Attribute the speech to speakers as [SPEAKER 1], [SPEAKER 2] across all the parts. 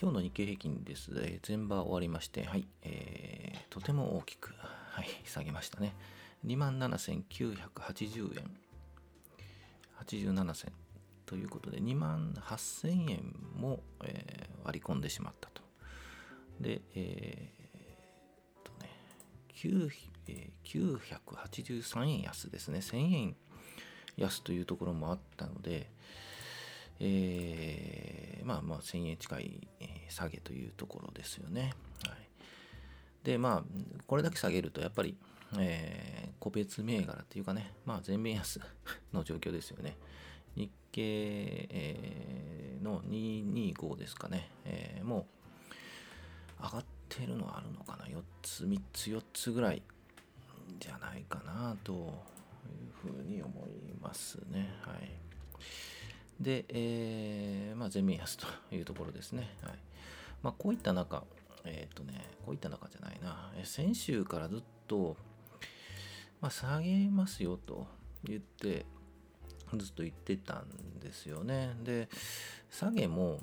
[SPEAKER 1] 今日の日経平均です。前場終わりまして、はい、とても大きく、はい、下げましたね。27,980円、87銭ということで、28,000円も、割り込んでしまったと。で、983円安ですね。1000円安というところもあったので、まあ1000円近い下げというところですよね。はい、でこれだけ下げるとやっぱり、個別銘柄っていうかね、全面安の状況ですよね。日経、の225ですかね、もう上がってるのはあるのかな、3つ4つぐらいじゃないかなというふうに思いますね。はい。で、全面安というところですね。はい。こういった中、こういった中じゃないな、先週からずっと、下げますよと言って、ずっと言ってたんですよね。で、下げも、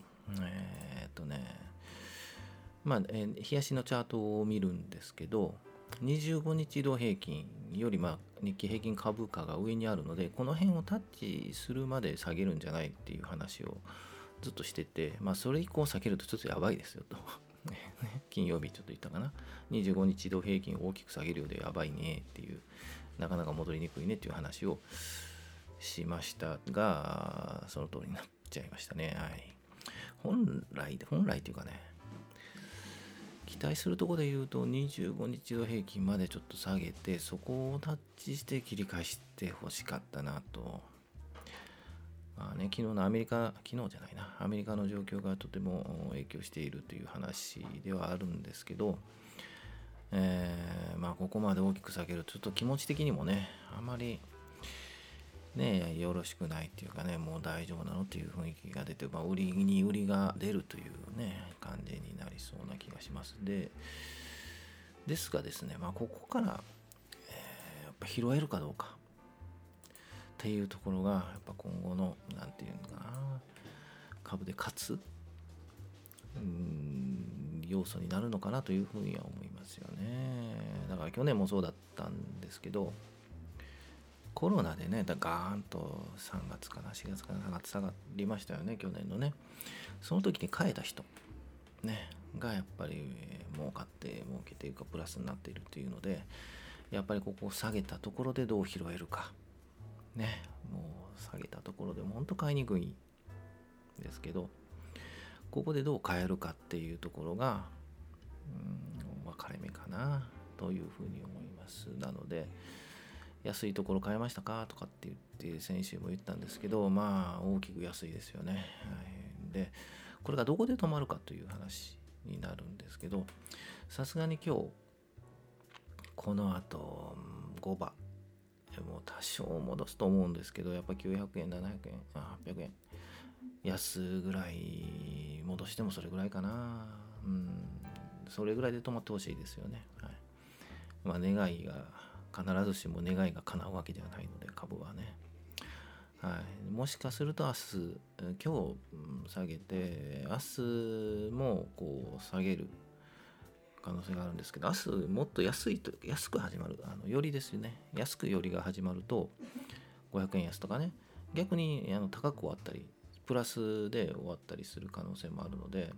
[SPEAKER 1] 日足のチャートを見るんですけど、25日移動平均より日経平均株価が上にあるので、この辺をタッチするまで下げるんじゃないっていう話をずっとしてて、それ以降下げるとちょっとやばいですよと。金曜日ちょっと言ったかな。25日移動平均を大きく下げるようでやばいねっていう、なかなか戻りにくいねっていう話をしましたが、その通りになっちゃいましたね。はい。本来というかね、期待するところで言うと25日移動平均までちょっと下げて、そこをタッチして切り返してほしかったなと。昨日のアメリカの状況がとても影響しているという話ではあるんですけど、ここまで大きく下げるとちょっと気持ち的にもね、あまりねよろしくないっていうかね、もう大丈夫なのっていう雰囲気が出て、売りに売りが出るというね感じになりそうな気がします。ですがですね、ここから、やっぱ拾えるかどうかっていうところがやっぱ今後のなんていうのかな、株で勝つ要素になるのかなというふうには思いますよね。だから去年もそうだったんですけど、コロナでねガーンと3月かな4月かな下がりましたよね、去年のね。その時に買えた人ねがやっぱり儲けているかプラスになっているというので、やっぱりここを下げたところでどう拾えるかね。もう下げたところでも本当買いにくいですけど、ここでどう買えるかっていうところが分かれ目かなというふうに思います。なので安いところ買いましたかとかって言って先週も言ったんですけど、大きく安いですよね。はい、でこれがどこで止まるかという話になるんですけど、さすがに今日この後5番もう多少戻すと思うんですけど、やっぱ900円700円800円安ぐらい戻してもそれぐらいかな。それぐらいで止まってほしいですよね。はい。願いが必ずしも願いが叶うわけではないので、株はね。はい、もしかすると今日下げて明日もこう下げる可能性があるんですけど、明日もっと安く始まるよりですよね。安くよりが始まると500円安とかね、逆に高く終わったりプラスで終わったりする可能性もあるので、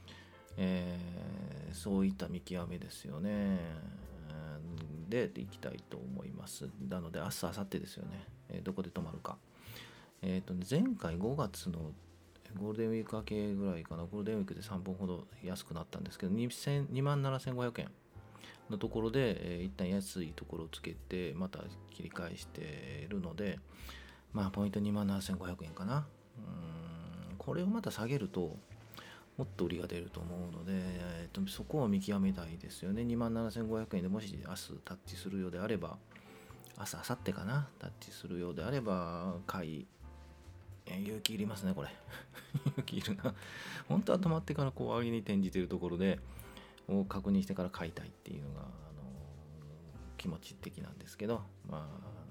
[SPEAKER 1] そういった見極めですよね。でいきたいと思います。なので明日明後日ですよね、どこで止まるか。前回5月のゴールデンウィーク明けぐらいかな、ゴールデンウィークで3本ほど安くなったんですけど、27,500円のところで、一旦安いところをつけてまた切り返しているので、ポイント27,500円かな。これをまた下げるともっと売りが出ると思うので、そこを見極めたいですよね。27,500円でもし明日タッチするようであれば、明後日かな、タッチするようであれば買い、勇気いりますねこれ。勇気いるな。本当は止まってから上げに転じているところでを確認してから買いたいっていうのが、気持ち的なんですけど、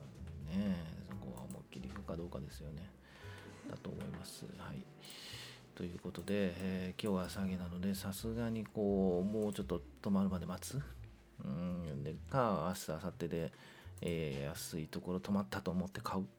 [SPEAKER 1] そこは思いっきりいくかどうかですよね。だと思います。はい。 ということで、今日は下げなので、さすがにこうもうちょっと止まるまで待つ。でか、明日、明後日で、安いところ止まったと思って買う。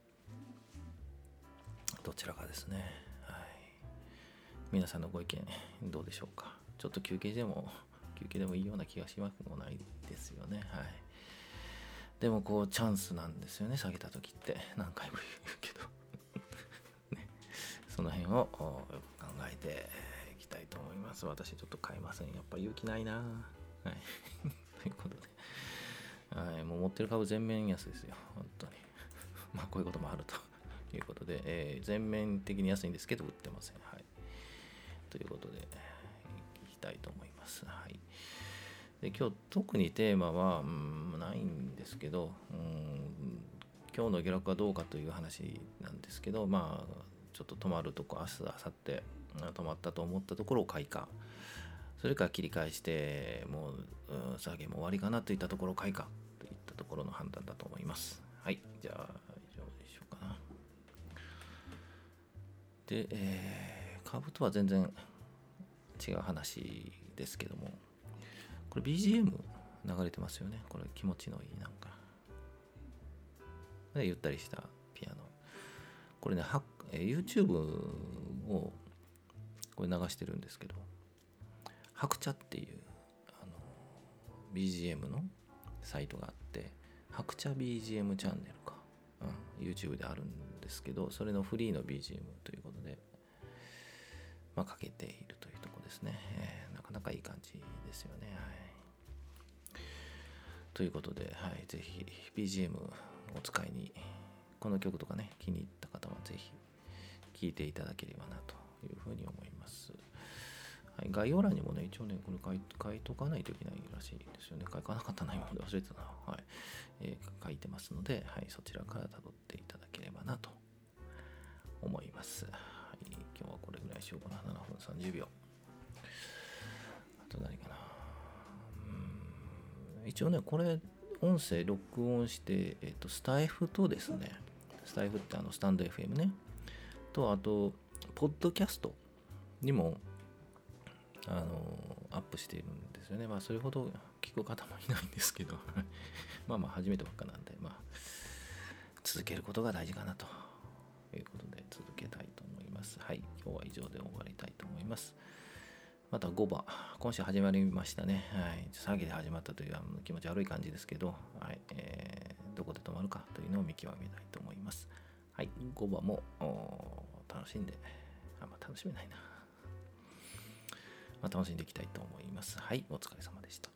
[SPEAKER 1] どちらかですね。はい。皆さんのご意見どうでしょうか。ちょっと休憩でもいいような気がしなくもないですよね。はい。でもこうチャンスなんですよね、下げた時って何回も言うけどね、その辺をよく考えていきたいと思います。私ちょっと買えません。やっぱ勇気ないな。はい。ということで、はい、もう持ってる株全面安ですよ、本当に。まあこういうこともあるということで、全面的に安いんですけど売ってません。はい。ということで、いきたいと思います。はい。で今日特にテーマはないんですけど、今日の下落はどうかという話なんですけど、まあちょっと止まるとこ、明日明後日止まったと思ったところを買いか、それから切り返してもう下げも終わりかなといったところを買いかといったところの判断だと思います。はい、じゃあ以上でしょうかな。で、株とは全然違う話ですけども、これ BGM 流れてますよね。これ気持ちのいいなんか。ゆったりしたピアノ。これね、YouTube をこれ流してるんですけど、白茶っていうBGM のサイトがあって、白茶 BGM チャンネルか、YouTube であるんですけど、それのフリーの BGM ということで、まあ、かけているというところですね。なかなかいい感じですよね。はい。ということで、はい、ぜひ BGM お使いに、この曲とかね、気に入った方はぜひ聴いていただければなというふうに思います。はい、概要欄にもね、一応ね、これ書いとかないといけないらしいですよね。書かなかったな、今まで忘れてたな。はい。書いてますので、はい、そちらから辿っていただければなと思います。はい、今日はこれぐらいしようかな。7分30秒。あと何かな。一応ね、これ、音声録音して、スタイフとですね、スタイフってスタンド FM ね、と、あと、ポッドキャストにも、アップしているんですよね。まあ、それほど聞く方もいないんですけど、まあ初めてばっかなんで、まあ、続けることが大事かなということで、続けたいと思います。はい、今日は以上で終わりたいと思います。また5番、今週始まりましたね。はい、下げで始まったという気持ち悪い感じですけど、はい、どこで止まるかというのを見極めたいと思います。はい、5番も楽しんで、楽しめないな。楽しんでいきたいと思います。はい、お疲れ様でした。